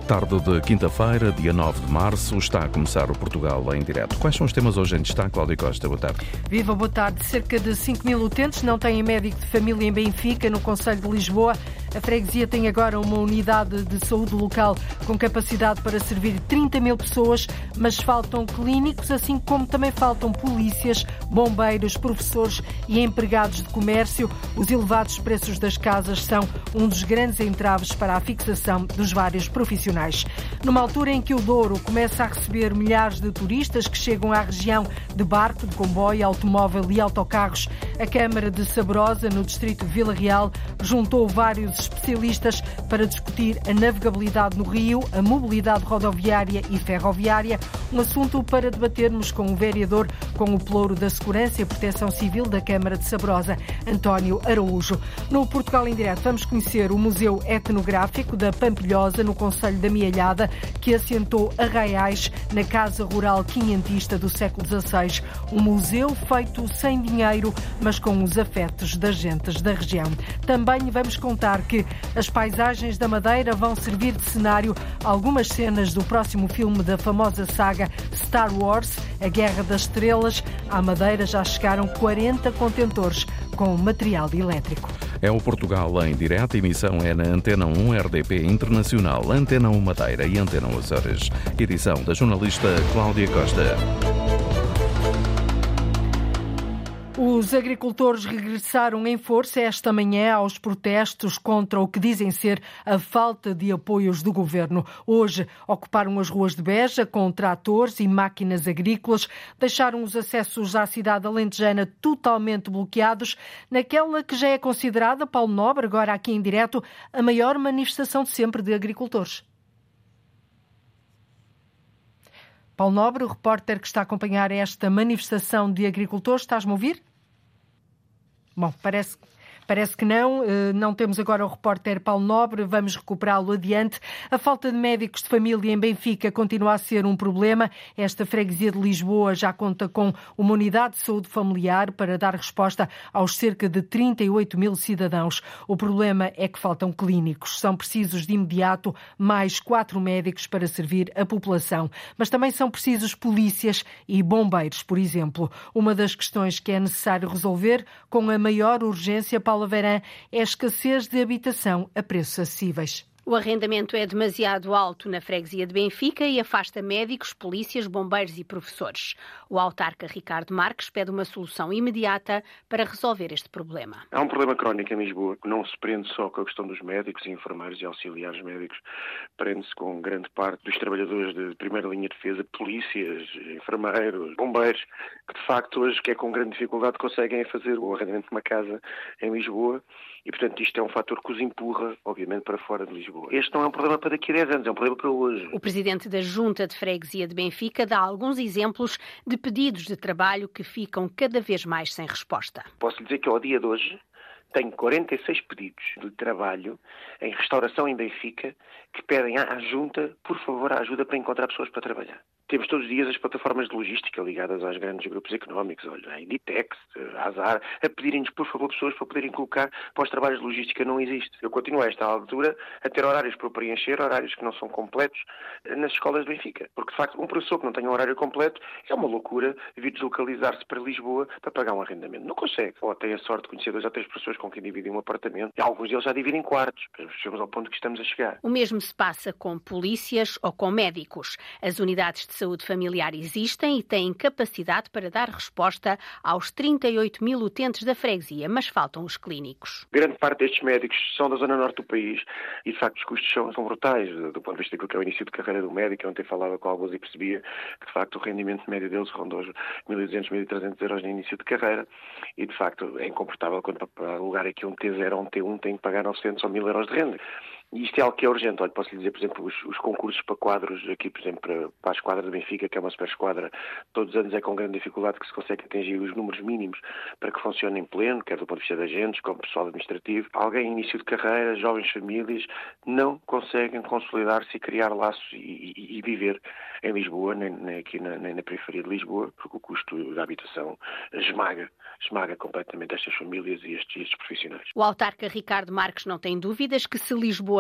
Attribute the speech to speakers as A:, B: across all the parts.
A: Tarde de quinta-feira, dia 9 de março, está a começar o Portugal em direto. Quais são os temas hoje em destaque, Cláudia Costa? Boa tarde.
B: Viva, boa tarde. Cerca de 5.000 utentes não têm médico de família em Benfica, no concelho de Lisboa. A freguesia tem agora uma unidade de saúde local com capacidade para servir 30.000 pessoas, mas faltam clínicos, assim como também faltam polícias, bombeiros, professores e empregados de comércio. Os elevados preços das casas são um dos grandes entraves para a fixação dos vários profissionais. Numa altura em que o Douro começa a receber milhares de turistas que chegam à região de barco, de comboio, automóvel e autocarros, a Câmara de Sabrosa, no distrito de Vila Real, juntou vários especialistas para discutir a navegabilidade no Rio, a mobilidade rodoviária e ferroviária, um assunto para debatermos com o vereador com o pelouro da Segurança e Proteção Civil da Câmara de Sabrosa, António Araújo. No Portugal em Direto vamos conhecer o Museu Etnográfico da Pampilhosa, no concelho da Mialhada, que assentou arraiais na Casa Rural Quinhentista do século XVI. Um museu feito sem dinheiro, mas com os afetos das gentes da região. Também vamos contar que as paisagens da Madeira vão servir de cenário a algumas cenas do próximo filme da famosa saga Star Wars, A Guerra das Estrelas. À Madeira já chegaram 40 contentores com material elétrico.
A: É o Portugal em direto. A emissão é na Antena 1 RDP Internacional, Antena 1 Madeira e Antena 1 Açores. Edição da jornalista Cláudia Costa.
B: Os agricultores regressaram em força esta manhã aos protestos contra o que dizem ser a falta de apoios do governo. Hoje ocuparam as ruas de Beja com tratores e máquinas agrícolas, deixaram os acessos à cidade alentejana totalmente bloqueados, naquela que já é considerada, Paulo Nobre, agora aqui em direto, a maior manifestação de sempre de agricultores. Paulo Nobre, o repórter que está a acompanhar esta manifestação de agricultores, estás-me a ouvir? Bom, parece que não temos agora o repórter Paulo Nobre, vamos recuperá-lo adiante. A falta de médicos de família em Benfica continua a ser um problema. Esta freguesia de Lisboa já conta com uma unidade de saúde familiar para dar resposta aos cerca de 38.000 cidadãos. O problema é que faltam clínicos. São precisos de imediato mais 4 médicos para servir a população. Mas também são precisos polícias e bombeiros, por exemplo. Uma das questões que é necessário resolver com a maior urgência, Paula Verã, é a escassez de habitação a preços acessíveis.
C: O arrendamento é demasiado alto na freguesia de Benfica e afasta médicos, polícias, bombeiros e professores. O autarca Ricardo Marques pede uma solução imediata para resolver este problema.
D: Há um problema crónico em Lisboa que não se prende só com a questão dos médicos, enfermeiros e auxiliares médicos, prende-se com grande parte dos trabalhadores de primeira linha de defesa, polícias, enfermeiros, bombeiros, que de facto hoje, que é com grande dificuldade, conseguem fazer o arrendamento de uma casa em Lisboa e, portanto, isto é um fator que os empurra, obviamente, para fora de Lisboa. Este não é um problema para daqui a 10 anos, é um problema para hoje.
C: O presidente da Junta de Freguesia de Benfica dá alguns exemplos de pedidos de trabalho que ficam cada vez mais sem resposta.
D: Posso dizer que ao dia de hoje tenho 46 pedidos de trabalho em restauração em Benfica que pedem à Junta, por favor, a ajuda para encontrar pessoas para trabalhar. Temos todos os dias as plataformas de logística ligadas aos grandes grupos económicos, olha, a Inditex, a Azar, a pedirem-nos, por favor, pessoas para poderem colocar para os trabalhos de logística. Não existe. Eu continuo a esta altura a ter horários para preencher, horários que não são completos nas escolas de Benfica. Porque, de facto, um professor que não tem um horário completo é uma loucura vir deslocalizar-se para Lisboa para pagar um arrendamento. Não consegue. Ou tem a sorte de conhecer 2 ou 3 pessoas com quem dividem um apartamento. E alguns deles já dividem quartos. Chegamos ao ponto que estamos a chegar.
C: O mesmo se passa com polícias ou com médicos. As unidades de saúde familiar existem e têm capacidade para dar resposta aos 38.000 utentes da freguesia, mas faltam os clínicos.
D: Grande parte destes médicos são da zona norte do país e, de facto, os custos são brutais do ponto de vista daquilo que é o início de carreira do médico. Eu ontem falava com alguns e percebia que, de facto, o rendimento médio deles rondou os 1.200, 1.300 euros no início de carreira e, de facto, é incomportável quando para alugar aqui um T0 ou um T1 tem que pagar 900 ou 1.000 euros de renda. E isto é algo que é urgente. Olha, posso lhe dizer, por exemplo, os concursos para quadros, aqui, por exemplo, para a esquadra de Benfica, que é uma super esquadra, todos os anos é com grande dificuldade que se consegue atingir os números mínimos para que funcione em pleno, quer do ponto de vista de agentes, como pessoal administrativo. Alguém em início de carreira, jovens famílias, não conseguem consolidar-se e criar laços e viver em Lisboa, nem aqui na periferia de Lisboa, porque o custo da habitação esmaga completamente estas famílias e estes profissionais.
C: O autarca Ricardo Marques não tem dúvidas que se Lisboa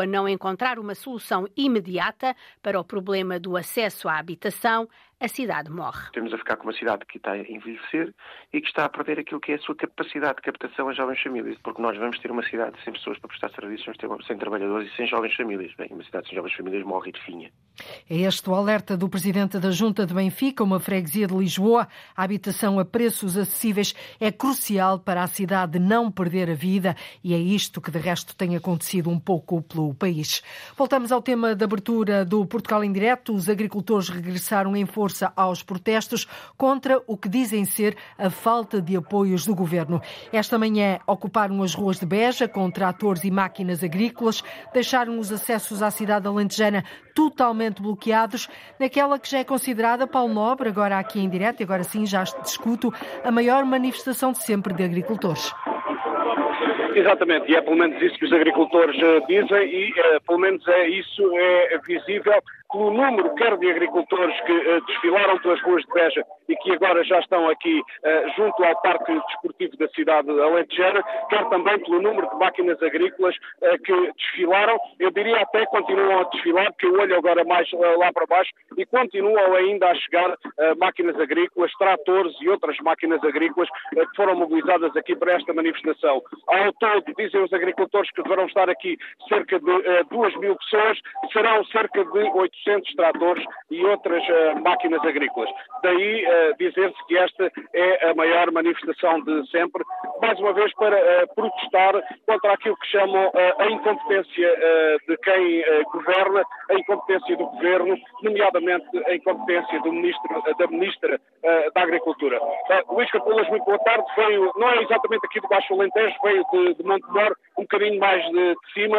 C: Lisboa não encontrar uma solução imediata para o problema do acesso à habitação, a cidade morre.
D: Temos a ficar com uma cidade que está a envelhecer e que está a perder aquilo que é a sua capacidade de captação a jovens famílias, porque nós vamos ter uma cidade sem pessoas para prestar serviços, vamos ter sem trabalhadores e sem jovens famílias. Bem, uma cidade sem jovens famílias morre e definha.
B: É este o alerta do Presidente da Junta de Benfica, uma freguesia de Lisboa. A habitação a preços acessíveis é crucial para a cidade não perder a vida e é isto que de resto tem acontecido um pouco pelo país. Voltamos ao tema da abertura do Portugal em Direto. Os agricultores regressaram em força aos protestos contra o que dizem ser a falta de apoios do governo. Esta manhã ocuparam as ruas de Beja com tratores e máquinas agrícolas, deixaram os acessos à cidade alentejana totalmente bloqueados, naquela que já é considerada, Paulo Nobre, agora aqui em direto, e agora sim já discuto, a maior manifestação de sempre de agricultores.
E: Exatamente, e é pelo menos isso que os agricultores dizem e pelo menos isso é visível pelo número, quer de agricultores que desfilaram pelas ruas de Beja e que agora já estão aqui junto ao Parque Desportivo da cidade alentejana, quer também pelo número de máquinas agrícolas que desfilaram. Eu diria até continuam a desfilar, porque eu olho agora mais lá para baixo e continuam ainda a chegar máquinas agrícolas, tratores e outras máquinas agrícolas que foram mobilizadas aqui para esta manifestação. Ao todo, dizem os agricultores que deverão estar aqui cerca de 2.000 pessoas, serão cerca de 800 tratores e outras máquinas agrícolas. Daí dizer-se que esta é a maior manifestação de sempre, mais uma vez para protestar contra aquilo que chamam a incompetência de quem governa, a incompetência do governo, nomeadamente a incompetência da Ministra da Agricultura. Luís Capulas, muito boa tarde, veio, não é exatamente aqui de Baixo Alentejo, veio de Montemor, um bocadinho mais de cima.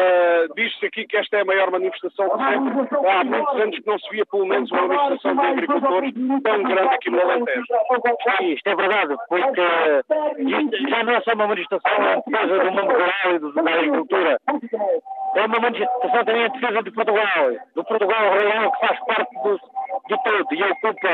E: Diz-se aqui que esta é a maior manifestação de sempre. Há muitos anos que não se via pelo menos uma manifestação de agricultores tão grande aqui no Alentejo.
F: Isto é verdade, porque isto já não é só uma manifestação em defesa do mundo rural e da agricultura. É uma manifestação também em defesa do Portugal rural, que faz parte do todo e ocupa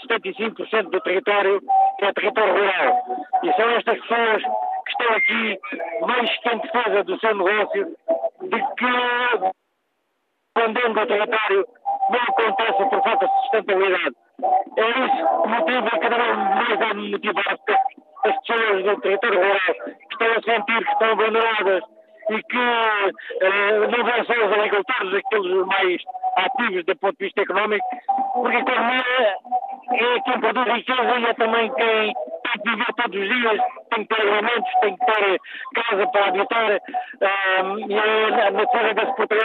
F: 75% do território, que é território rural. E são estas pessoas que estão aqui mais que em defesa do seu negócio, de que abandono do território não acontece por falta de sustentabilidade. É isso que motiva cada vez mais a motivar as pessoas do território rural que estão a sentir que estão abandonadas e que não vão só os agricultores, aqueles mais ativos do ponto de vista económico, porque a economia é quem produz riqueza e é também quem tem que viver todos os dias, tem que ter alimentos, tem que ter casa para habitar, e é na defesa desse Portugal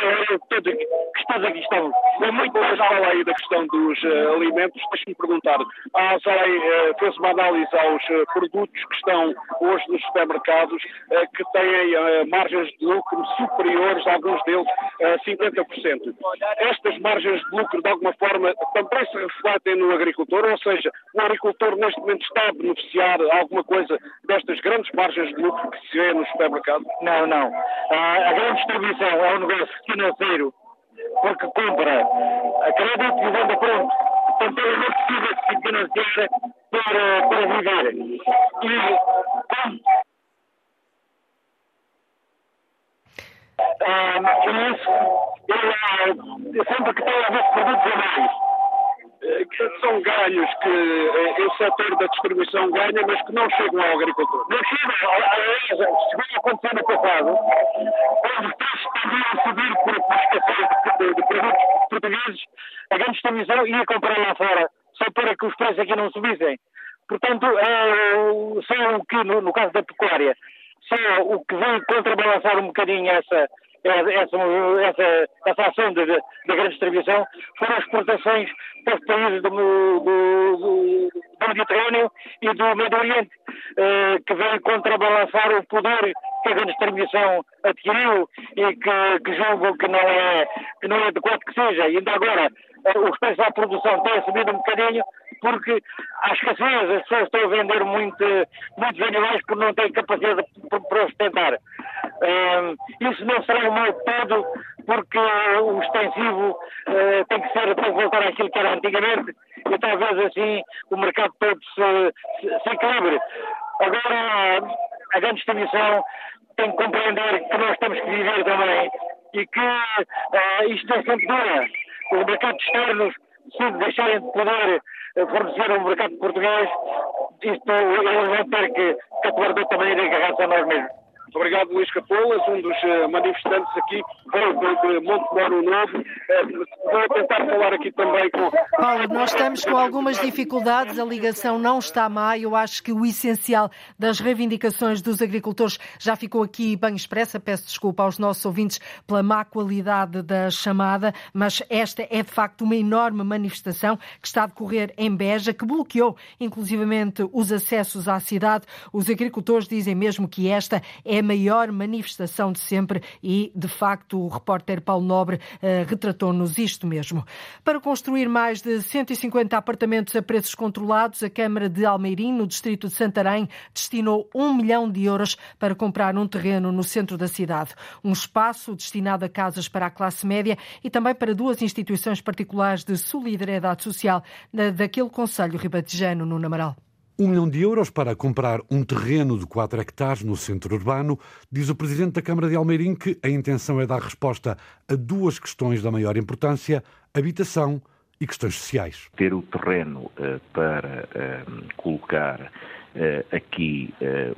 F: que todos aqui estamos.
E: É muito mais fala aí da questão dos alimentos. Deixe-me perguntar, a Zalei fez uma análise aos produtos que estão hoje nos supermercados, que têm margens de lucro superiores, alguns deles, a 50%. Estas margens de lucro, de alguma forma, também se refletem no agricultor, ou seja, o agricultor neste momento está a beneficiar alguma coisa destas grandes margens de lucro que se vê nos supermercados?
F: Não. A grande distribuição é um negócio financeiro, porque compra a crédito e vende pronto. Portanto, ele não precisa de se financiar para viver. E isso, sempre que tem a ver com produtos a mais.
E: São ganhos que o setor da distribuição ganha, mas que não chegam ao agricultor.
F: Não chegam. Chegou a acontecer no passado, quando os preços tendiam a subir por escassez de produtos portugueses, a grande distribuição ia comprar lá fora, só para que os preços aqui não subissem. Portanto, só o que, no caso da pecuária, só o que veio contrabalançar um bocadinho essa ação da grande distribuição foram as exportações para os países do Mediterrâneo e do Médio Oriente, que veio contrabalançar o poder que a grande distribuição adquiriu e que julgo que não é adequado que seja. E ainda agora os preços à produção têm subido um bocadinho porque há escassez, as pessoas estão a vender muitos animais porque não têm capacidade para os sustentar. Isso não será um mal todo, porque o extensivo tem que voltar àquilo que era antigamente e talvez assim o mercado todo se equilibre. Agora, a grande distribuição tem que compreender que nós temos que viver também e que isto é sempre dura. Os mercados externos, se deixarem de poder fornecer um mercado português, isto eles vão ter que atuar também e agarrar-se a nós mesmos.
E: Obrigado, Luís Capolas, um dos manifestantes aqui de Montemoro Novo. Vou tentar falar aqui também com...
B: Paulo, nós estamos com algumas dificuldades, a ligação não está má. Eu acho que o essencial das reivindicações dos agricultores já ficou aqui bem expressa. Peço desculpa aos nossos ouvintes pela má qualidade da chamada, mas esta é de facto uma enorme manifestação que está a decorrer em Beja, que bloqueou inclusivamente os acessos à cidade. Os agricultores dizem mesmo que esta é a maior manifestação de sempre e, de facto, o repórter Paulo Nobre retratou-nos isto mesmo. Para construir mais de 150 apartamentos a preços controlados, a Câmara de Almeirim, no distrito de Santarém, destinou 1 milhão de euros para comprar um terreno no centro da cidade. Um espaço destinado a casas para a classe média e também para 2 instituições particulares de solidariedade social daquele concelho ribatejano, no Amaral.
G: 1 milhão de euros para comprar um terreno de 4 hectares no centro urbano. Diz o Presidente da Câmara de Almeirim que a intenção é dar resposta a 2 questões da maior importância: habitação e questões sociais.
H: Ter o terreno para colocar aqui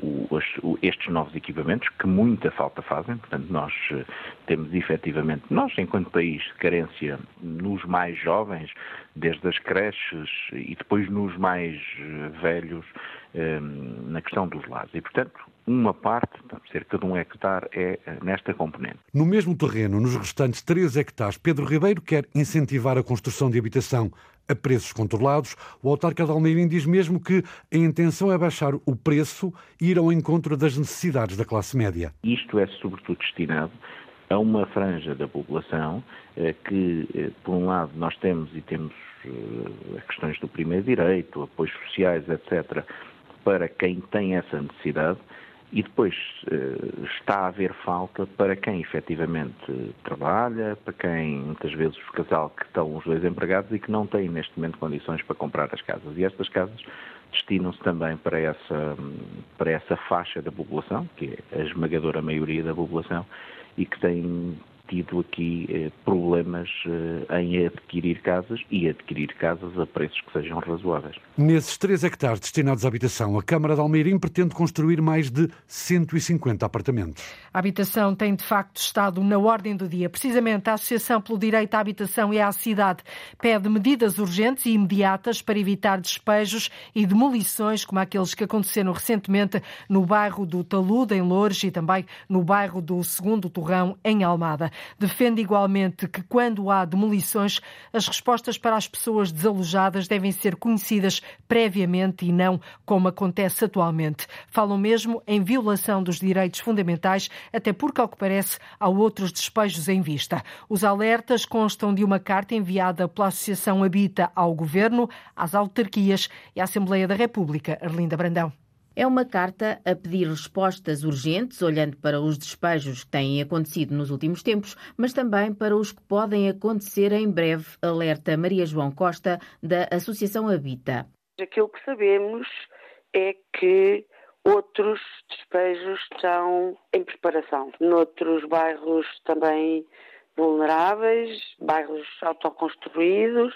H: estes novos equipamentos, que muita falta fazem. Portanto, nós temos efetivamente, nós enquanto país, carência nos mais jovens, desde as creches e depois nos mais velhos, na questão dos lares. E, portanto, uma parte, cerca de 1 hectare, é nesta componente.
G: No mesmo terreno, nos restantes 3 hectares, Pedro Ribeiro quer incentivar a construção de habitação a preços controlados. O autarca de Almeirim diz mesmo que a intenção é baixar o preço e ir ao encontro das necessidades da classe média.
H: Isto é sobretudo destinado a uma franja da população que, por um lado, nós temos questões do primeiro direito, apoios sociais, etc., para quem tem essa necessidade, e depois está a haver falta para quem efetivamente trabalha, para quem, muitas vezes, o casal que estão os 2 empregados e que não têm neste momento condições para comprar as casas. E estas casas destinam-se também para essa faixa da população, que é a esmagadora maioria da população, e que tem tido aqui problemas em adquirir casas e adquirir casas a preços que sejam razoáveis.
G: Nesses 3 hectares destinados à habitação, a Câmara de Almeirim pretende construir mais de 150 apartamentos.
B: A habitação tem, de facto, estado na ordem do dia. Precisamente, a Associação pelo Direito à Habitação e à Cidade pede medidas urgentes e imediatas para evitar despejos e demolições, como aqueles que aconteceram recentemente no bairro do Talude, em Loures, e também no bairro do Segundo Torrão, em Almada. Defende igualmente que, quando há demolições, as respostas para as pessoas desalojadas devem ser conhecidas previamente e não como acontece atualmente. Falam mesmo em violação dos direitos fundamentais, até porque, ao que parece, há outros despejos em vista. Os alertas constam de uma carta enviada pela Associação Habita ao Governo, às autarquias e à Assembleia da República. Arlinda Brandão.
I: É uma carta a pedir respostas urgentes, olhando para os despejos que têm acontecido nos últimos tempos, mas também para os que podem acontecer em breve, alerta Maria João Costa, da Associação Habita.
J: Aquilo que sabemos é que outros despejos estão em preparação. Noutros bairros também vulneráveis, bairros autoconstruídos,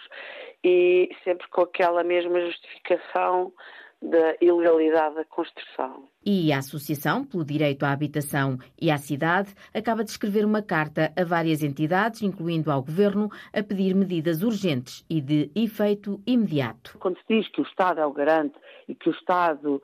J: e sempre com aquela mesma justificação da ilegalidade da construção.
I: E a Associação pelo Direito à Habitação e à Cidade acaba de escrever uma carta a várias entidades, incluindo ao Governo, a pedir medidas urgentes e de efeito imediato.
J: Quando se diz que o Estado é o garante e que o Estado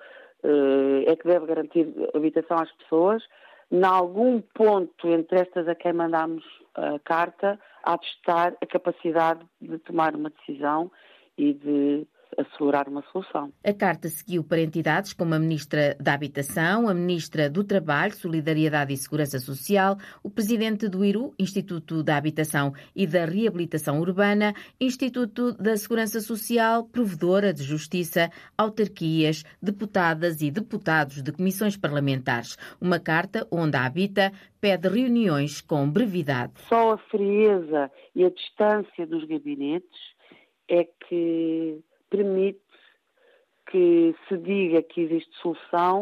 J: é que deve garantir habitação às pessoas, em algum ponto entre estas a quem mandamos a carta, há de estar a capacidade de tomar uma decisão e de assegurar uma solução.
I: A carta seguiu para entidades como a Ministra da Habitação, a Ministra do Trabalho, Solidariedade e Segurança Social, o Presidente do IRU, Instituto da Habitação e da Reabilitação Urbana, Instituto da Segurança Social, Provedora de Justiça, autarquias, deputadas e deputados de comissões parlamentares. Uma carta onde a Habita pede reuniões com brevidade.
J: Só a frieza e a distância dos gabinetes é que permite que se diga que existe solução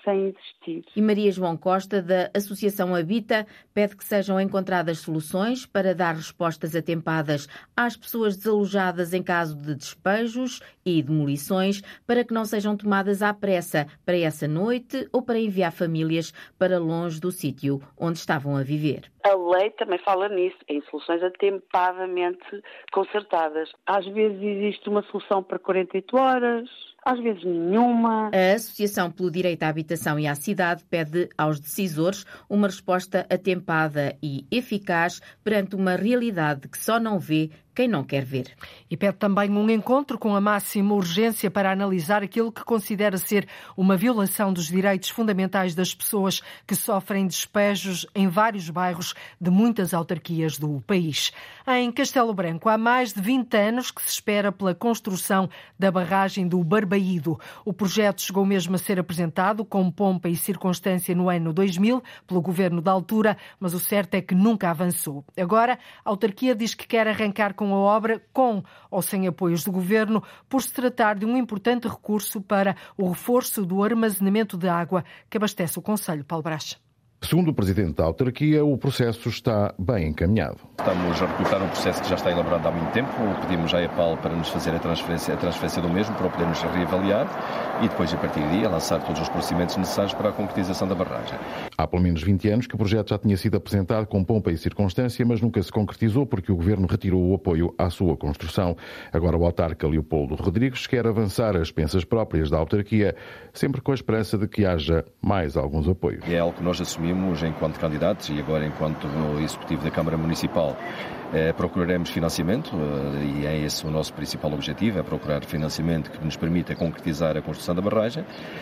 J: sem existir.
I: E Maria João Costa, da Associação Habita, pede que sejam encontradas soluções para dar respostas atempadas às pessoas desalojadas em caso de despejos e demolições, para que não sejam tomadas à pressa para essa noite ou para enviar famílias para longe do sítio onde estavam a viver.
J: A lei também fala nisso, em soluções atempadamente concertadas. Às vezes existe uma solução para 48 horas, às vezes nenhuma.
I: A Associação pelo Direito à Habitação e à Cidade pede aos decisores uma resposta atempada e eficaz perante uma realidade que só não vê quem não quer ver.
B: E pede também um encontro com a máxima urgência para analisar aquilo que considera ser uma violação dos direitos fundamentais das pessoas que sofrem despejos em vários bairros de muitas autarquias do país. Em Castelo Branco, há mais de 20 anos que se espera pela construção da barragem do Barbaído. O projeto chegou mesmo a ser apresentado com pompa e circunstância no ano 2000 pelo governo da altura, mas o certo é que nunca avançou. Agora, a autarquia diz que quer arrancar com a obra, com ou sem apoios do governo, por se tratar de um importante recurso para o reforço do armazenamento de água que abastece o concelho. Paulo Brás.
K: Segundo o presidente da autarquia, o processo está bem encaminhado.
L: Estamos a recrutar um processo que já está elaborado há muito tempo. Pedimos à EPAL para nos fazer a transferência do mesmo, para o podermos reavaliar e depois, a partir daí, lançar todos os procedimentos necessários para a concretização da barragem.
K: Há pelo menos 20 anos que o projeto já tinha sido apresentado com pompa e circunstância, mas nunca se concretizou porque o governo retirou o apoio à sua construção. Agora o autarca Leopoldo Rodrigues quer avançar as expensas próprias da autarquia, sempre com a esperança de que haja mais alguns apoios.
L: É algo que nós assumimos enquanto candidatos e agora enquanto executivo da Câmara Municipal. Procuraremos financiamento e é esse o nosso principal objetivo, é procurar financiamento que nos permita concretizar a construção da barragem,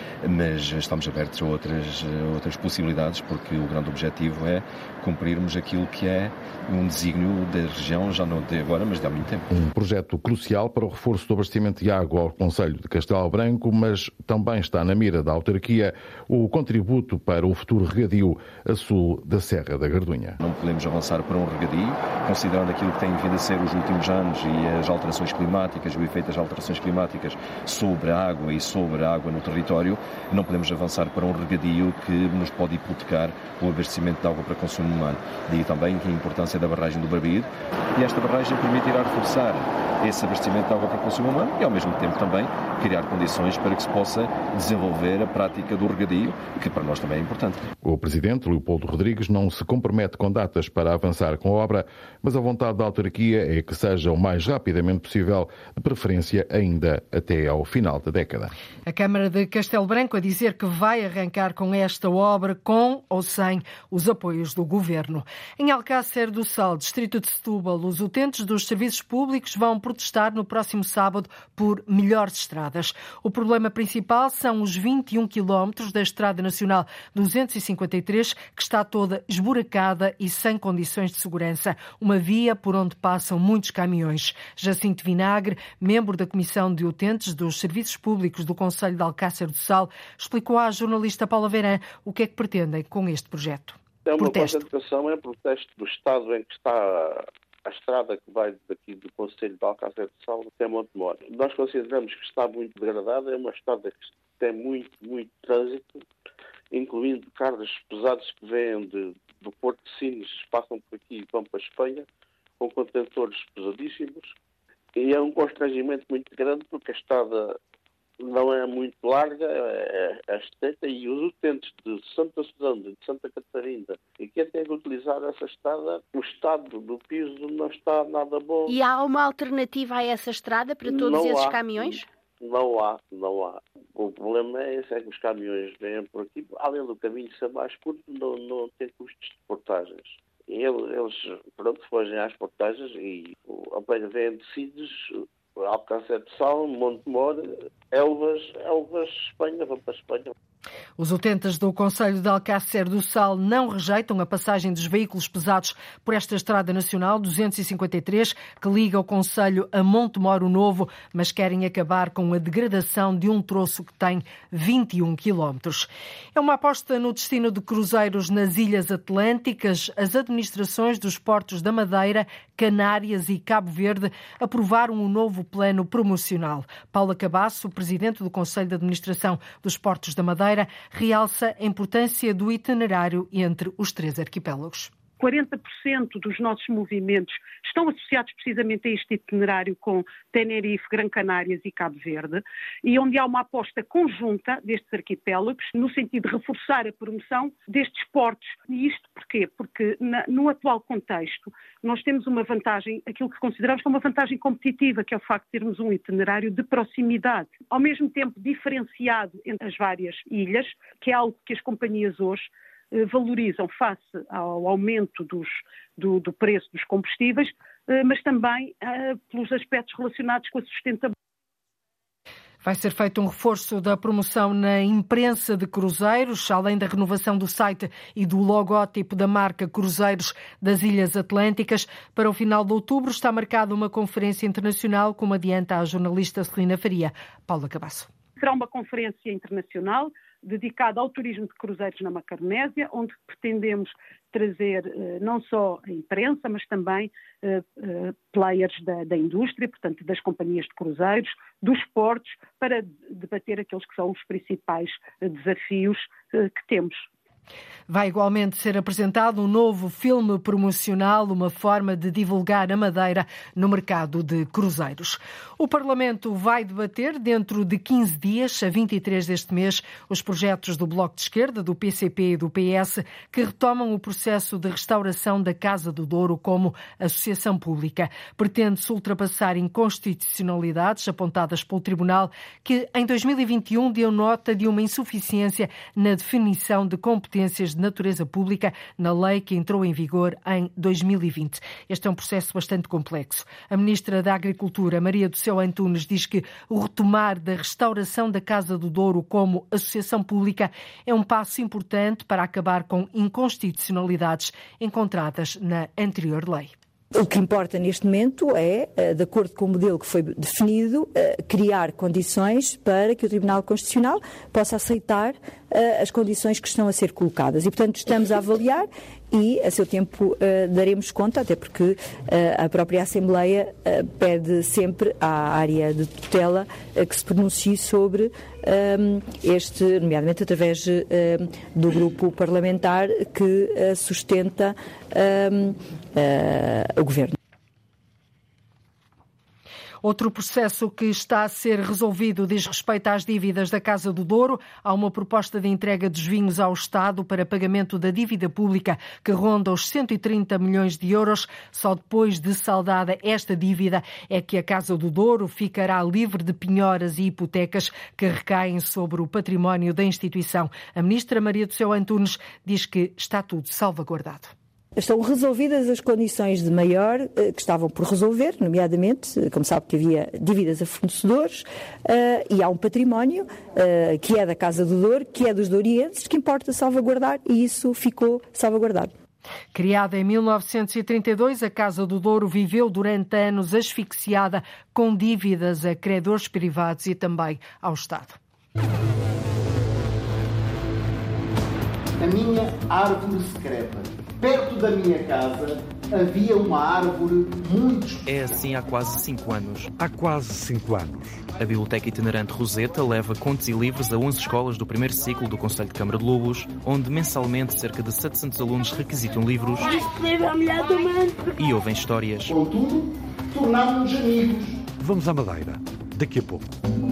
L: mas estamos abertos a outras possibilidades porque o grande objetivo é cumprirmos aquilo que é um desígnio da região, já não de agora, mas de há muito tempo.
K: Um projeto crucial para o reforço do abastecimento de água ao concelho de Castelo Branco, mas também está na mira da autarquia o contributo para o futuro regadio a sul da Serra da Gardunha.
L: Não podemos avançar para um regadio, considerando aquilo que tem vindo a ser os últimos anos e as alterações climáticas, o efeito das alterações climáticas sobre a água e sobre a água no território, não podemos avançar para um regadio que nos pode hipotecar o abastecimento de água para consumo humano. Daí também a importância da barragem do Barbaído, e esta barragem permitirá reforçar esse abastecimento de água para consumo humano e, ao mesmo tempo, também criar condições para que se possa desenvolver a prática do regadio, que para nós também é importante.
K: O presidente, Leopoldo Rodrigues, não se compromete com datas para avançar com a obra, mas a vontade da autarquia é que seja o mais rapidamente possível, de preferência ainda até ao final da década.
B: A Câmara de Castelo Branco a dizer que vai arrancar com esta obra, com ou sem os apoios do governo. Em Alcácer do Sal, distrito de Setúbal, os utentes dos serviços públicos vão protestar no próximo sábado por melhores estradas. O problema principal são os 21 quilómetros da Estrada Nacional 253, que está toda esburacada e sem condições de segurança. Uma via por onde passam muitos caminhões. Jacinto Vinagre, membro da Comissão de Utentes dos Serviços Públicos do Concelho de Alcácer do Sal, explicou à jornalista Paula Verã o que é que pretendem com este projeto.
M: É uma concentração, é protesto do estado em que está a estrada que vai daqui do Concelho de Alcácer do Sal até Montemor. Nós consideramos que está muito degradada, é uma estrada que tem muito trânsito, incluindo carros pesados que vêm do Porto de Sines, passam por aqui e vão para a Espanha, com contentores pesadíssimos. E é um constrangimento muito grande porque a estrada não é muito larga, é estreita, e os utentes de Santa Susana, de Santa Catarina, e que têm que utilizar essa estrada, o estado do piso não está nada bom.
C: E há uma alternativa a essa estrada para todos esses caminhões?
M: Não há. O problema é esse, é que os caminhões vêm por aqui, além do caminho ser mais curto, não tem custos de portagens. E eles fogem às portagens e vêm de Sines, Alcácer do Sal, Montemor, Elvas, Espanha, vão para a Espanha.
B: Os utentes do Concelho de Alcácer do Sal não rejeitam a passagem dos veículos pesados por esta Estrada Nacional 253, que liga o concelho a Montemor Novo, mas querem acabar com a degradação de um troço que tem 21 quilómetros. É uma aposta no destino de cruzeiros nas Ilhas Atlânticas. As administrações dos portos da Madeira, Canárias e Cabo Verde aprovaram um novo plano promocional. Paula Cabasso, presidente do Conselho de Administração dos Portos da Madeira, realça a importância do itinerário entre os 3 arquipélagos.
N: 40% dos nossos movimentos estão associados precisamente a este itinerário com Tenerife, Gran Canárias e Cabo Verde, e onde há uma aposta conjunta destes arquipélagos no sentido de reforçar a promoção destes portos. E isto porquê? Porque no atual contexto nós temos uma vantagem, aquilo que consideramos como uma vantagem competitiva, que é o facto de termos um itinerário de proximidade, ao mesmo tempo diferenciado entre as várias ilhas, que é algo que as companhias hoje valorizam face ao aumento do preço dos combustíveis, mas também pelos aspectos relacionados com a sustentabilidade.
B: Vai ser feito um reforço da promoção na imprensa de cruzeiros, além da renovação do site e do logótipo da marca Cruzeiros das Ilhas Atlânticas. Para o final de outubro está marcada uma conferência internacional, como adianta a jornalista Celina Faria. Paula Cabasso.
N: Será uma conferência internacional dedicada ao turismo de cruzeiros na Macaronésia, onde pretendemos trazer não só a imprensa, mas também players da indústria, portanto das companhias de cruzeiros, dos portos, para debater aqueles que são os principais desafios que temos.
B: Vai igualmente ser apresentado um novo filme promocional, uma forma de divulgar a Madeira no mercado de cruzeiros. O Parlamento vai debater dentro de 15 dias, a 23 deste mês, os projetos do Bloco de Esquerda, do PCP e do PS, que retomam o processo de restauração da Casa do Douro como associação pública. Pretende-se ultrapassar inconstitucionalidades apontadas pelo Tribunal, que em 2021 deu nota de uma insuficiência na definição de competências de natureza pública na lei que entrou em vigor em 2020. Este é um processo bastante complexo. A Ministra da Agricultura, Maria do Céu Antunes, diz que o retomar da restauração da Casa do Douro como associação pública é um passo importante para acabar com inconstitucionalidades encontradas na anterior lei.
O: O que importa neste momento é, de acordo com o modelo que foi definido, criar condições para que o Tribunal Constitucional possa aceitar as condições que estão a ser colocadas. E, portanto, estamos a avaliar e, a seu tempo, daremos conta, até porque a própria Assembleia pede sempre à área de tutela que se pronuncie sobre este, nomeadamente através do grupo parlamentar que sustenta o Governo.
B: Outro processo que está a ser resolvido diz respeito às dívidas da Casa do Douro. Há uma proposta de entrega dos vinhos ao Estado para pagamento da dívida pública que ronda os 130 milhões de euros. Só depois de saldada esta dívida é que a Casa do Douro ficará livre de penhoras e hipotecas que recaem sobre o património da instituição. A Ministra Maria do Céu Antunes diz que está tudo salvaguardado.
O: Estão resolvidas as condições de maior que estavam por resolver, nomeadamente, como sabe que havia dívidas a fornecedores e há um património que é da Casa do Douro, que é dos dourienses, que importa salvaguardar e isso ficou salvaguardado.
B: Criada em 1932, a Casa do Douro viveu durante anos asfixiada com dívidas a credores privados e também ao Estado.
P: A minha árvore secreta. Perto da minha casa havia uma árvore muito...
Q: É assim há quase 5 anos.
G: Há quase 5 anos.
Q: A Biblioteca Itinerante Roseta leva contos e livros a 11 escolas do primeiro ciclo do Conselho de Câmara de Lobos, onde mensalmente cerca de 700 alunos requisitam livros e ouvem histórias.
P: Contudo, tornámos-nos amigos.
G: Vamos à Madeira, daqui a pouco.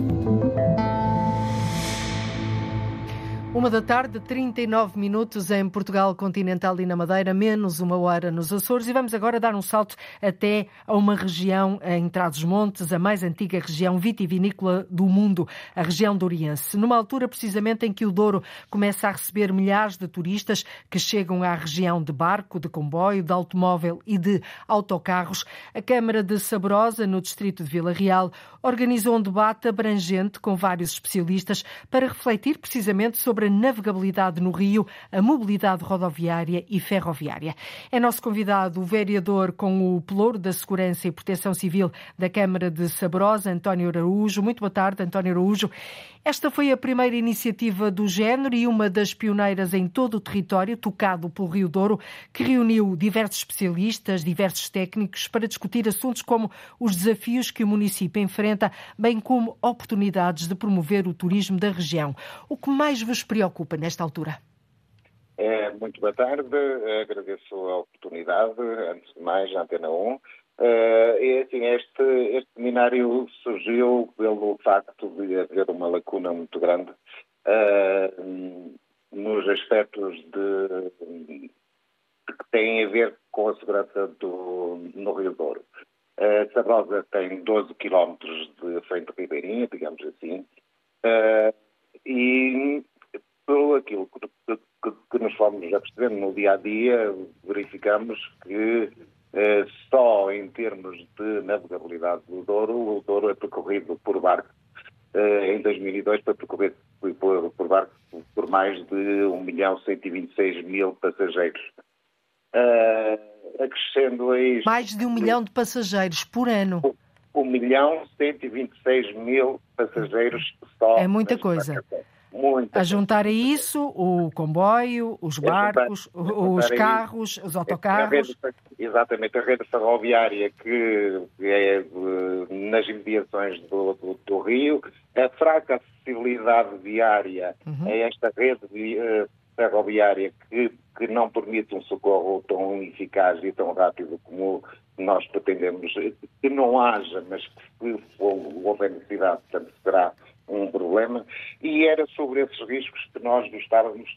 B: 1h39 em Portugal continental e na Madeira, menos 1 hora nos Açores. E vamos agora dar um salto até a uma região em Trás-os-Montes, a mais antiga região vitivinícola do mundo, a região douriense. Numa altura precisamente em que o Douro começa a receber milhares de turistas que chegam à região de barco, de comboio, de automóvel e de autocarros, a Câmara de Saborosa, no distrito de Vila Real, organizou um debate abrangente com vários especialistas para refletir precisamente sobre a navegabilidade no Rio, a mobilidade rodoviária e ferroviária. É nosso convidado o vereador com o pelouro da Segurança e Proteção Civil da Câmara de Saborosa, António Araújo. Muito boa tarde, António Araújo. Esta foi a primeira iniciativa do género e uma das pioneiras em todo o território tocado pelo Rio Douro, que reuniu diversos especialistas, diversos técnicos para discutir assuntos como os desafios que o município enfrenta, bem como oportunidades de promover o turismo da região. O que mais vos preocupa nesta altura?
R: Muito boa tarde, agradeço a oportunidade, antes de mais, a Antena 1. Este seminário surgiu pelo facto de haver uma lacuna muito grande nos aspectos que têm a ver com a segurança no Rio Douro. Sabrosa tem 12 km de frente ribeirinha, digamos assim, e pelo aquilo que nos fomos a perceber no dia-a-dia, verificamos que só em termos de navegabilidade do Douro, o Douro é percorrido por barco. Em 2002 foi percorrido por barco por mais de 1.126.000 passageiros. Acrescendo a isto...
B: Mais de 1 milhão de passageiros por ano.
R: 1.126.000 passageiros só.
B: É muita coisa. A juntar a isso o comboio, os barcos, os carros, os autocarros.
R: Exatamente, a rede ferroviária que é nas imediações do Rio, a fraca acessibilidade viária a esta rede ferroviária que não permite um socorro tão eficaz e tão rápido como nós pretendemos que não haja, mas que se houver necessidade, portanto, será um problema, e era sobre esses riscos que nós gostávamos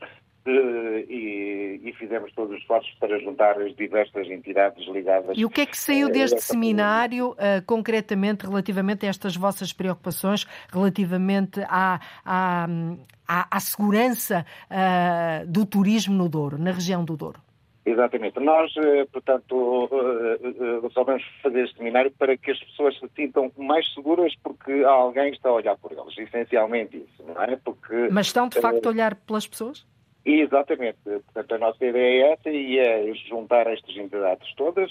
R: e fizemos todos os esforços para juntar as diversas entidades ligadas.
B: E o que é que saiu deste seminário, concretamente, relativamente a estas vossas preocupações, relativamente à segurança do turismo no Douro, na região do Douro?
R: Exatamente. Nós, portanto, resolvemos fazer este seminário para que as pessoas se sintam mais seguras porque alguém está a olhar por eles. Essencialmente isso, não é?
B: Mas estão, de facto, a olhar pelas pessoas?
R: Exatamente. Portanto, a nossa ideia é essa e é juntar estas entidades todas,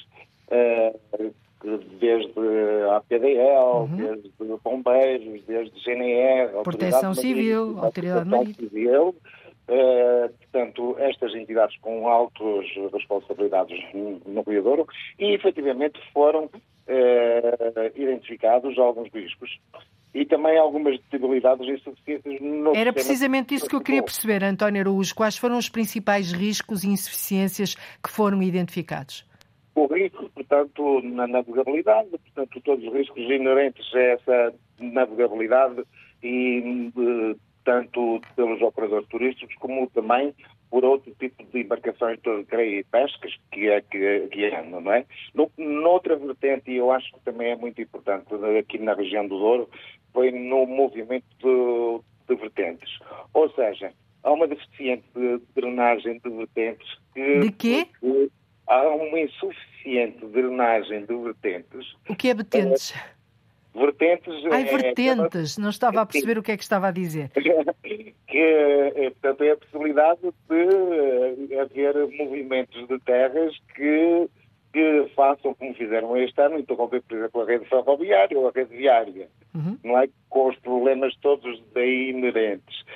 R: desde a APDL, desde bombeiros, desde GNR,
B: Proteção Civil, Autoridade Marítima.
R: Portanto, estas entidades com altas responsabilidades no Rio Douro e, efetivamente, foram identificados alguns riscos e também algumas debilidades insuficientes no
B: Era precisamente isso que eu queria perceber, António Araújo. Quais foram os principais riscos e insuficiências que foram identificados?
R: O risco, portanto, na navegabilidade, portanto, todos os riscos inerentes a essa navegabilidade e tanto pelos operadores turísticos como também por outro tipo de embarcações de creio e pescas que andam, não é? Noutra vertente, e eu acho que também é muito importante aqui na região do Douro, foi no movimento de vertentes. Ou seja, há uma deficiente drenagem de vertentes que...
B: De quê?
R: Há uma insuficiente drenagem de vertentes.
B: O que é vertentes?
R: Vertentes...
B: vertentes. Não estava a perceber o que é que estava a dizer.
R: Portanto, é a possibilidade de haver movimentos de terras que façam como fizeram este ano, interromper, por exemplo, a rede ferroviária ou a rede viária, não é? Com os problemas todos daí inerentes.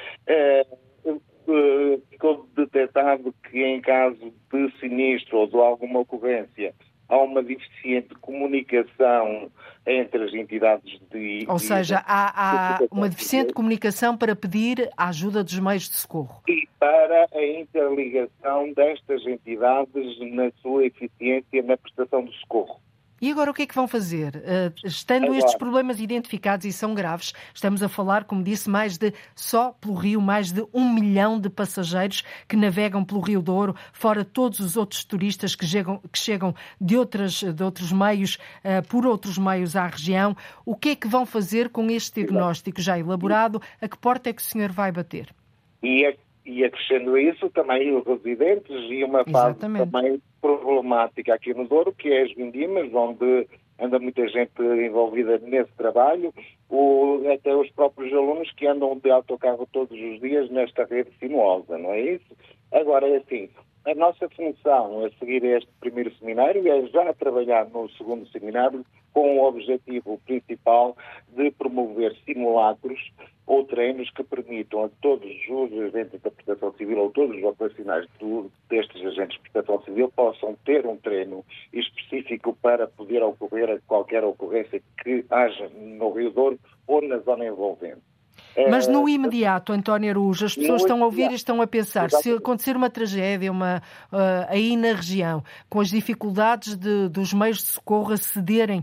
R: Ficou detectado que em caso de sinistro ou de alguma ocorrência há uma deficiente comunicação entre as entidades de...
B: Ou seja, há uma deficiente comunicação para pedir a ajuda dos meios de socorro.
R: E para a interligação destas entidades na sua eficiência na prestação de socorro.
B: E agora o que é que vão fazer? Estando estes problemas identificados e são graves, estamos a falar, como disse, só pelo Rio, mais de 1 milhão de passageiros que navegam pelo Rio Douro, fora todos os outros turistas que chegam de outros meios, por outros meios à região. O que é que vão fazer com este diagnóstico já elaborado? A que porta é que o senhor vai bater?
R: E acrescendo a isso também os residentes e uma fase também problemática aqui no Douro, que é as vindimas, onde anda muita gente envolvida nesse trabalho, até os próprios alunos que andam de autocarro todos os dias nesta rede sinuosa, não é isso? Agora é assim, a nossa função a seguir este primeiro seminário é já trabalhar no segundo seminário com o objetivo principal de promover simulacros ou treinos que permitam a todos os agentes da Proteção Civil ou todos os operacionais destes agentes de Proteção Civil possam ter um treino específico para poder ocorrer a qualquer ocorrência que haja no Rio Douro ou na zona envolvente.
B: Mas no imediato, António Araújo, as pessoas estão a ouvir e estão a pensar,
R: Exatamente.
B: se acontecer uma tragédia aí na região, com as dificuldades dos meios de socorro acederem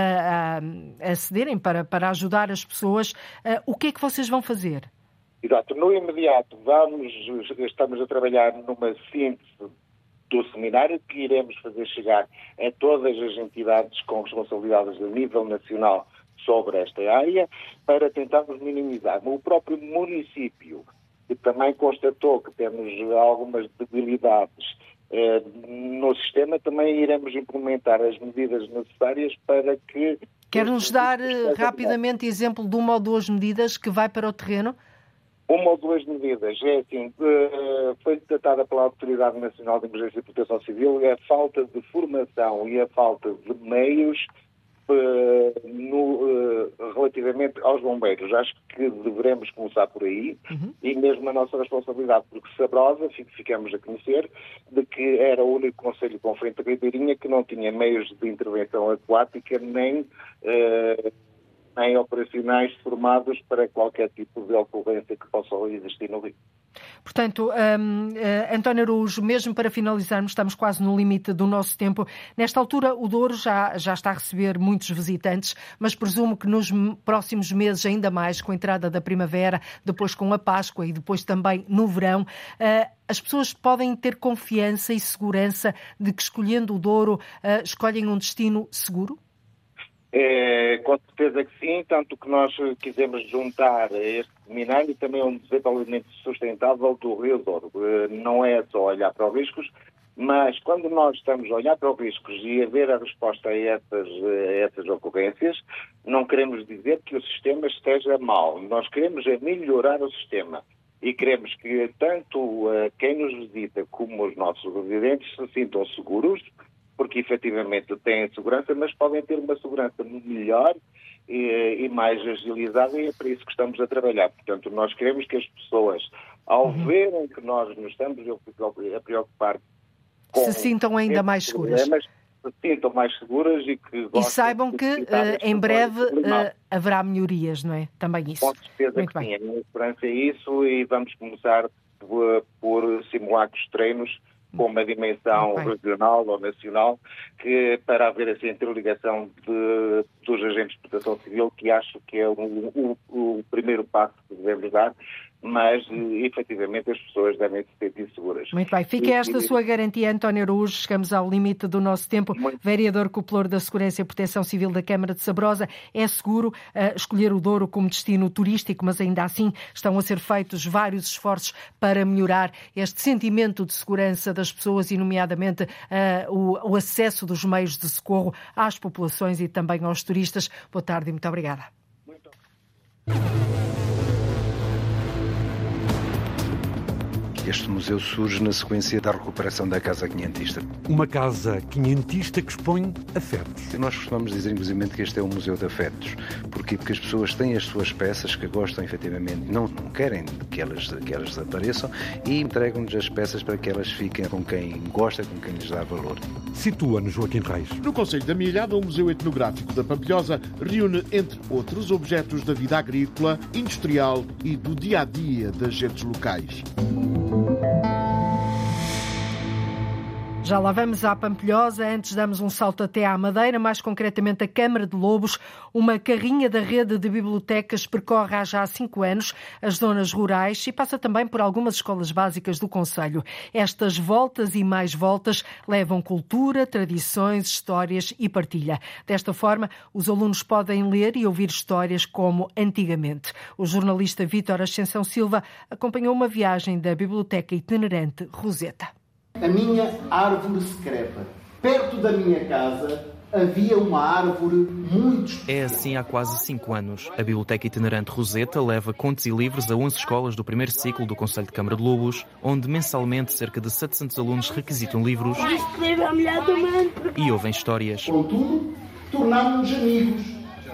B: para ajudar as pessoas, o que é que vocês vão fazer?
R: Exato. No imediato estamos a trabalhar numa síntese do seminário que iremos fazer chegar a todas as entidades com responsabilidades a nível nacional sobre esta área, para tentarmos minimizar. O próprio município, que também constatou que temos algumas debilidades no sistema, também iremos implementar as medidas necessárias para que...
B: Quer-nos dar rapidamente exemplo de uma ou duas medidas que vai para o terreno?
R: Uma ou duas medidas. É assim, foi tratada pela Autoridade Nacional de Emergência e Proteção Civil a falta de formação e a falta de meios relativamente aos bombeiros. Acho que devemos começar por aí, e mesmo a nossa responsabilidade, porque Sabrosa, ficamos a conhecer, de que era o único concelho com frente ribeirinha que não tinha meios de intervenção aquática nem operacionais formados para qualquer tipo de ocorrência que possa existir no Rio.
B: Portanto, António Araújo, mesmo para finalizarmos, estamos quase no limite do nosso tempo. Nesta altura, o Douro já está a receber muitos visitantes, mas presumo que nos próximos meses, ainda mais, com a entrada da primavera, depois com a Páscoa e depois também no verão, as pessoas podem ter confiança e segurança de que, escolhendo o Douro, escolhem um destino seguro?
R: Com certeza que sim, tanto que nós quisemos juntar este seminário também um desenvolvimento sustentável do Rio Douro. Não é só olhar para os riscos, mas quando nós estamos a olhar para os riscos e a ver a resposta a essas ocorrências, não queremos dizer que o sistema esteja mal. Nós queremos melhorar o sistema e queremos que tanto quem nos visita como os nossos residentes se sintam seguros, porque efetivamente têm segurança, mas podem ter uma segurança melhor e mais agilizada, e é para isso que estamos a trabalhar. Portanto, nós queremos que as pessoas, ao verem que nós nos estamos a preocupar com...
B: Se sintam ainda mais seguras.
R: Se sintam mais seguras e que...
B: E saibam que em breve haverá melhorias, não é? Também isso.
R: Com certeza que sim. A minha esperança é isso, e vamos começar por simulacros de treinos com uma dimensão regional ou nacional, que para haver essa interligação dos agentes de proteção civil, que acho que é o primeiro passo que devemos dar, mas efetivamente as pessoas devem se sentir seguras.
B: Muito bem, fica esta sua garantia, António Araújo. Chegamos ao limite do nosso tempo. Vereador Cuplor da Segurança e Proteção Civil da Câmara de Sabrosa. É seguro escolher o Douro como destino turístico, mas ainda assim estão a ser feitos vários esforços para melhorar este sentimento de segurança das pessoas e, nomeadamente, o acesso dos meios de socorro às populações e também aos turistas. Boa tarde e muito obrigada.
S: Este museu surge na sequência da recuperação da Casa Quinhentista.
G: Uma casa quinhentista que expõe afetos.
S: Nós costumamos dizer, inclusive, que este é um museu de afetos. Porquê? Porque as pessoas têm as suas peças que gostam, efetivamente, não querem que elas desapareçam, e entregam-nos as peças para que elas fiquem com quem gosta, com quem lhes dá valor.
G: Situa-nos Joaquim Reis.
T: No Concelho da Milhada, o Museu Etnográfico da Pampilhosa reúne, entre outros, objetos da vida agrícola, industrial e do dia-a-dia das gentes locais.
B: Já lá vamos à Pampilhosa. Antes damos um salto até à Madeira, mais concretamente a Câmara de Lobos. Uma carrinha da rede de bibliotecas percorre há já 5 anos as zonas rurais e passa também por algumas escolas básicas do concelho. Estas voltas e mais voltas levam cultura, tradições, histórias e partilha. Desta forma, os alunos podem ler e ouvir histórias como antigamente. O jornalista Vítor Ascensão Silva acompanhou uma viagem da Biblioteca Itinerante Roseta.
P: A minha árvore secreta. Perto da minha casa havia uma árvore muito...
Q: É assim há quase 5 anos. A Biblioteca Itinerante Roseta leva contos e livros a 11 escolas do primeiro ciclo do Concelho de Câmara de Lobos, onde mensalmente cerca de 700 alunos requisitam livros e ouvem histórias.
P: Contudo, tornámos-nos amigos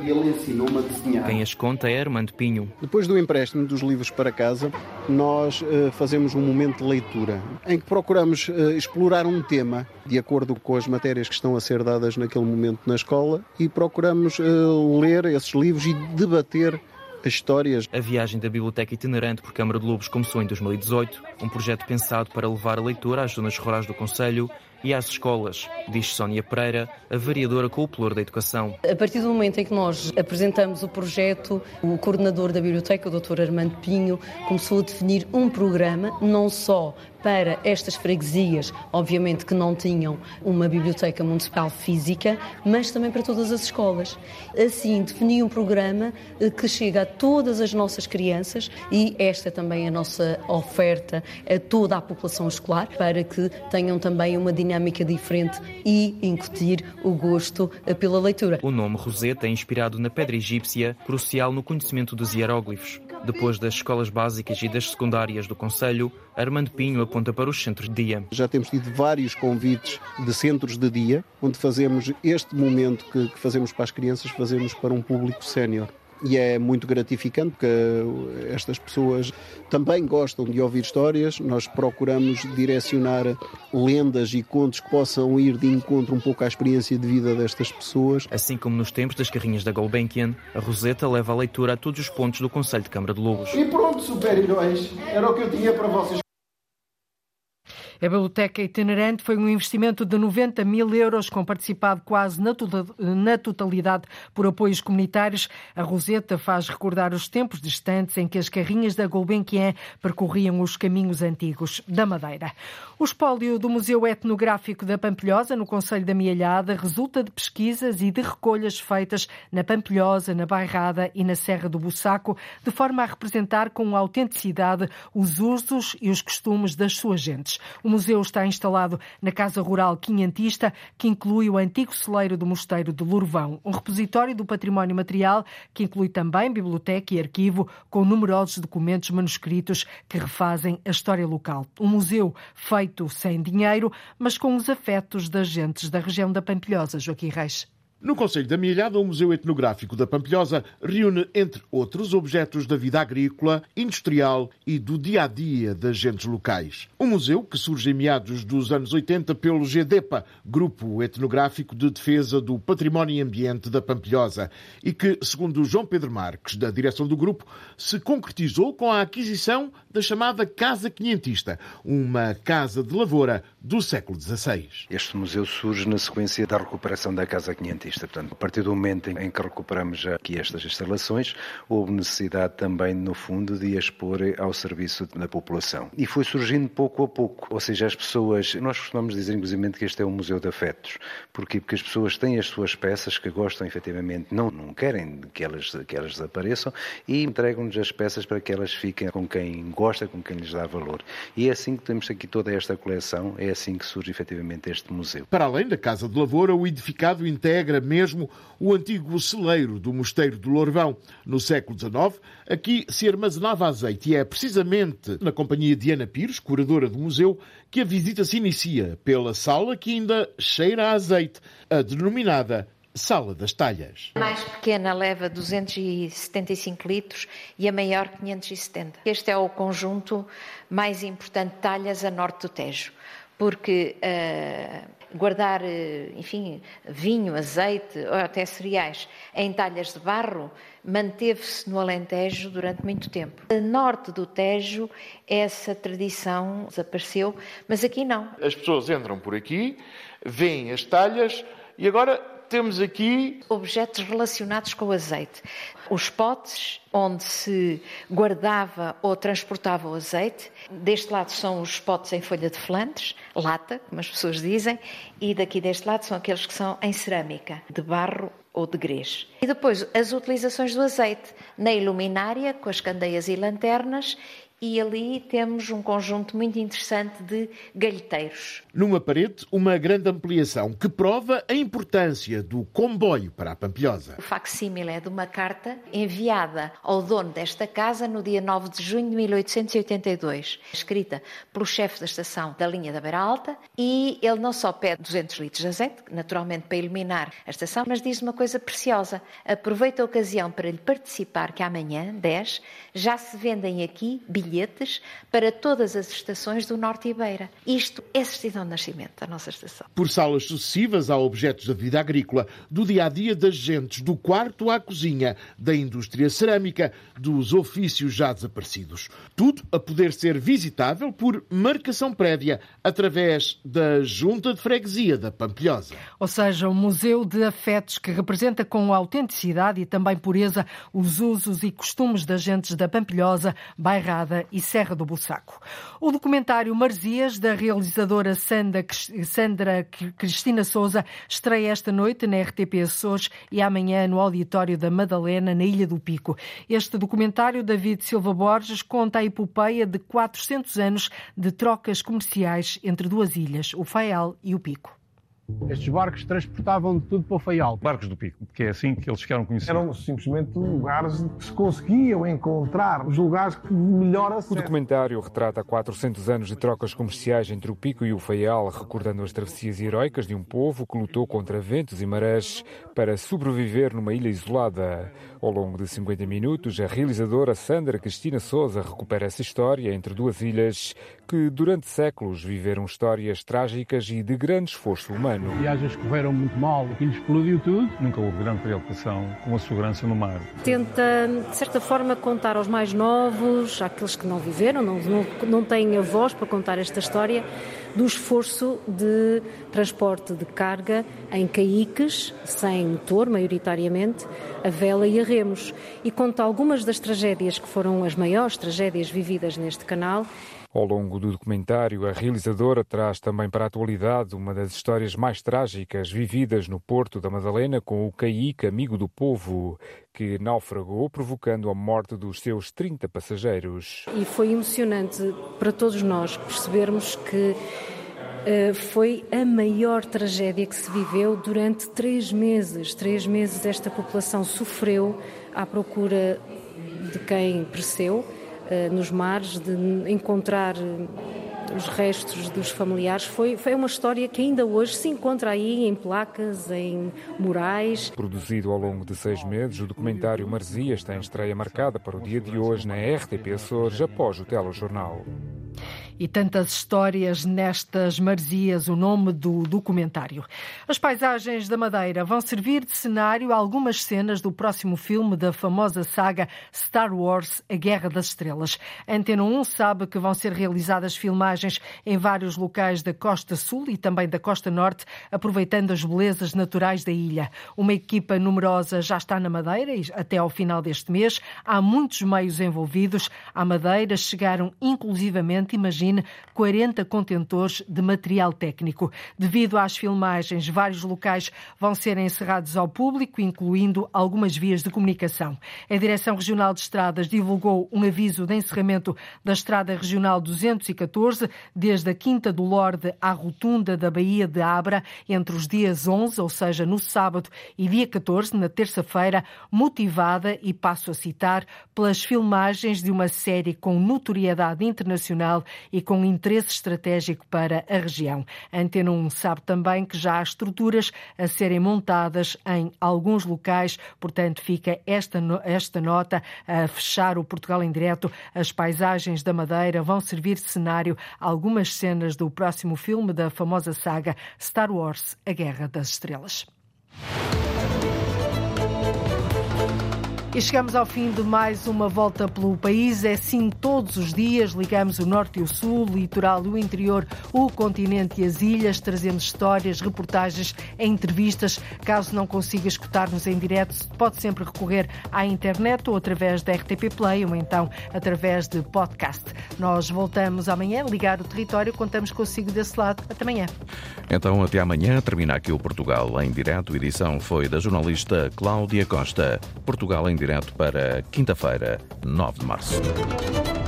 P: e ele ensinou-me a desenhar.
Q: Quem as conta é Armando Pinho.
U: Depois do empréstimo dos livros para casa, nós fazemos um momento de leitura, em que procuramos explorar um tema de acordo com as matérias que estão a ser dadas naquele momento na escola e procuramos ler esses livros e debater as histórias.
Q: A viagem da Biblioteca Itinerante por Câmara de Lobos começou em 2018, um projeto pensado para levar a leitura às zonas rurais do concelho e às escolas, diz Sónia Pereira, a vereadora com o pelour da educação.
V: A partir do momento em que nós apresentamos o projeto, o coordenador da biblioteca, o Dr. Armando Pinho, começou a definir um programa, não só para estas freguesias, obviamente que não tinham uma biblioteca municipal física, mas também para todas as escolas. Assim, definiu um programa que chega a todas as nossas crianças e esta é também a nossa oferta a toda a população escolar, para que tenham também uma dinâmica diferente e incutir o gosto pela leitura.
Q: O nome Roseta é inspirado na pedra egípcia, crucial no conhecimento dos hieróglifos. Depois das escolas básicas e das secundárias do concelho, Armando Pinho aponta para os centros de dia.
U: Já temos tido vários convites de centros de dia, onde fazemos este momento que fazemos para as crianças, fazemos para um público sénior. E é muito gratificante porque estas pessoas também gostam de ouvir histórias. Nós procuramos direcionar lendas e contos que possam ir de encontro um pouco à experiência de vida destas pessoas.
Q: Assim como nos tempos das carrinhas da Gulbenkian, a Roseta leva a leitura a todos os pontos do concelho de Câmara de Lobos.
P: E pronto, super-heróis, era o que eu tinha para vocês.
B: A Biblioteca Itinerante foi um investimento de 90 mil euros, com participado quase na totalidade por apoios comunitários. A Roseta faz recordar os tempos distantes em que as carrinhas da Gulbenkian percorriam os caminhos antigos da Madeira. O espólio do Museu Etnográfico da Pampilhosa, no concelho da Mialhada, resulta de pesquisas e de recolhas feitas na Pampilhosa, na Bairrada e na Serra do Bussaco, de forma a representar com autenticidade os usos e os costumes das suas gentes. O museu está instalado na Casa Rural Quinhentista, que inclui o antigo celeiro do Mosteiro de Lourvão, um repositório do património material que inclui também biblioteca e arquivo com numerosos documentos manuscritos que refazem a história local. Um museu feito sem dinheiro, mas com os afetos das gentes da região da Pampilhosa. Joaquim Reis.
T: No concelho da Mialhada, o Museu Etnográfico da Pampilhosa reúne, entre outros, objetos da vida agrícola, industrial e do dia-a-dia das gentes locais. Um museu que surge em meados dos anos 80 pelo GEDEPA, Grupo Etnográfico de Defesa do Património e Ambiente da Pampilhosa, e que, segundo João Pedro Marques, da direção do grupo, se concretizou com a aquisição da chamada Casa Quinhentista, uma casa de lavoura do século XVI.
S: Este museu surge na sequência da recuperação da Casa Quinhentista. Portanto, a partir do momento em que recuperamos aqui estas instalações, houve necessidade também, no fundo, de as pôr ao serviço da população. E foi surgindo pouco a pouco. Ou seja, as pessoas... Nós costumamos dizer, inclusive, que este é um museu de afetos. Porquê? Porque as pessoas têm as suas peças que gostam, efetivamente, não querem que elas desapareçam e entregam-nos as peças para que elas fiquem com quem gosta, com quem lhes dá valor. E é assim que temos aqui toda esta coleção, é assim que surge, efetivamente, este museu.
T: Para além da Casa de Lavoura, o edificado integra mesmo o antigo celeiro do Mosteiro de Lourvão. No século XIX, aqui se armazenava azeite e é precisamente na companhia de Ana Pires, curadora do museu, que a visita se inicia pela sala que ainda cheira a azeite, a denominada Sala das Talhas.
W: A mais pequena leva 275 litros e a maior 570. Este é o conjunto mais importante de talhas a norte do Tejo, porque guardar, enfim, vinho, azeite ou até cereais em talhas de barro manteve-se no Alentejo durante muito tempo. A norte do Tejo essa tradição desapareceu, mas aqui não.
T: As pessoas entram por aqui, veem as talhas e agora temos aqui
W: objetos relacionados com o azeite. Os potes onde se guardava ou transportava o azeite. Deste lado são os potes em folha de Flandres, lata, como as pessoas dizem, e daqui deste lado são aqueles que são em cerâmica, de barro ou de grés. E depois as utilizações do azeite na iluminária, com as candeias e lanternas, e ali temos um conjunto muito interessante de galheteiros.
T: Numa parede, uma grande ampliação que prova a importância do comboio para a Pampilhosa.
W: O facsímile é de uma carta enviada ao dono desta casa no dia 9 de junho de 1882, escrita pelo chefe da estação da linha da Beira Alta, e ele não só pede 200 litros de azeite, naturalmente para iluminar a estação, mas diz uma coisa preciosa: aproveita a ocasião para lhe participar que amanhã, 10, já se vendem aqui bilhetes para todas as estações do Norte e Beira. Isto é certidão de nascimento da nossa estação.
T: Por salas sucessivas há objetos da vida agrícola, do dia-a-dia das gentes, do quarto à cozinha, da indústria cerâmica, dos ofícios já desaparecidos. Tudo a poder ser visitável por marcação prévia através da Junta de Freguesia da Pampilhosa.
B: Ou seja, um museu de afetos que representa com autenticidade e também pureza os usos e costumes das gentes da Pampilhosa, Bairrada e Serra do Bussaco. O documentário Marzias, da realizadora Sandra Cristina Souza, estreia esta noite na RTP Açores e amanhã no Auditório da Madalena, na Ilha do Pico. Este documentário, David Silva Borges, conta a epopeia de 400 anos de trocas comerciais entre duas ilhas, o Faial e o Pico.
A: Estes barcos transportavam tudo para o Faial.
D: Barcos do Pico, porque é assim que eles ficaram conhecidos.
A: Eram simplesmente lugares que se conseguiam encontrar, os lugares que melhor acesso.
F: O documentário retrata 400 anos de trocas comerciais entre o Pico e o Faial, recordando as travessias heroicas de um povo que lutou contra ventos e marés para sobreviver numa ilha isolada. Ao longo de 50 minutos, a realizadora Sandra Cristina Souza recupera essa história entre duas ilhas que, durante séculos, viveram histórias trágicas e de grande esforço humano.
A: As viagens correram muito mal, aquilo explodiu tudo.
D: Nunca houve grande preocupação com a segurança no mar.
V: Tenta, de certa forma, contar aos mais novos, àqueles que não viveram, não têm a voz para contar esta história, do esforço de transporte de carga em caiques, sem motor, maioritariamente, a vela e a remos. E conta algumas das tragédias que foram as maiores tragédias vividas neste canal.
F: Ao longo do documentário, a realizadora traz também para a atualidade uma das histórias mais trágicas vividas no Porto da Madalena com o caique Amigo do Povo, que naufragou, provocando a morte dos seus 30 passageiros.
V: E foi emocionante para todos nós percebermos que foi a maior tragédia que se viveu durante 3 meses. 3 meses esta população sofreu à procura de quem pereceu nos mares, de encontrar os restos dos familiares. Foi uma história que ainda hoje se encontra aí em placas, em murais.
F: Produzido ao longo de 6 meses, o documentário Marzias tem estreia marcada para o dia de hoje na RTP Açores, após o telejornal.
B: E tantas histórias nestas marzias, o nome do documentário. As paisagens da Madeira vão servir de cenário a algumas cenas do próximo filme da famosa saga Star Wars, A Guerra das Estrelas. A Antena 1 sabe que vão ser realizadas filmagens em vários locais da Costa Sul e também da Costa Norte, aproveitando as belezas naturais da ilha. Uma equipa numerosa já está na Madeira e até ao final deste mês há muitos meios envolvidos. À Madeira chegaram inclusivamente, imagine, 40 contentores de material técnico. Devido às filmagens, vários locais vão ser encerrados ao público, incluindo algumas vias de comunicação. A Direção Regional de Estradas divulgou um aviso de encerramento da Estrada Regional 214, desde a Quinta do Lorde à Rotunda da Baía de Abra, entre os dias 11, ou seja, no sábado, e dia 14, na terça-feira, motivada, e passo a citar, pelas filmagens de uma série com notoriedade internacional e com interesse estratégico para a região. A Antena 1 sabe também que já há estruturas a serem montadas em alguns locais, portanto fica esta nota a fechar o Portugal em Direto. As paisagens da Madeira vão servir de cenário a algumas cenas do próximo filme da famosa saga Star Wars, A Guerra das Estrelas. E chegamos ao fim de mais uma volta pelo país. É assim todos os dias. Ligamos o norte e o sul, o litoral e o interior, o continente e as ilhas. Trazemos histórias, reportagens, entrevistas. Caso não consiga escutar-nos em direto, pode sempre recorrer à internet ou através da RTP Play ou então através de podcast. Nós voltamos amanhã. Ligar o território. Contamos consigo desse lado. Até amanhã.
X: Então, até amanhã. Termina aqui o Portugal em Direto. A edição foi da jornalista Cláudia Costa. Portugal em Direto para quinta-feira, 9 de março.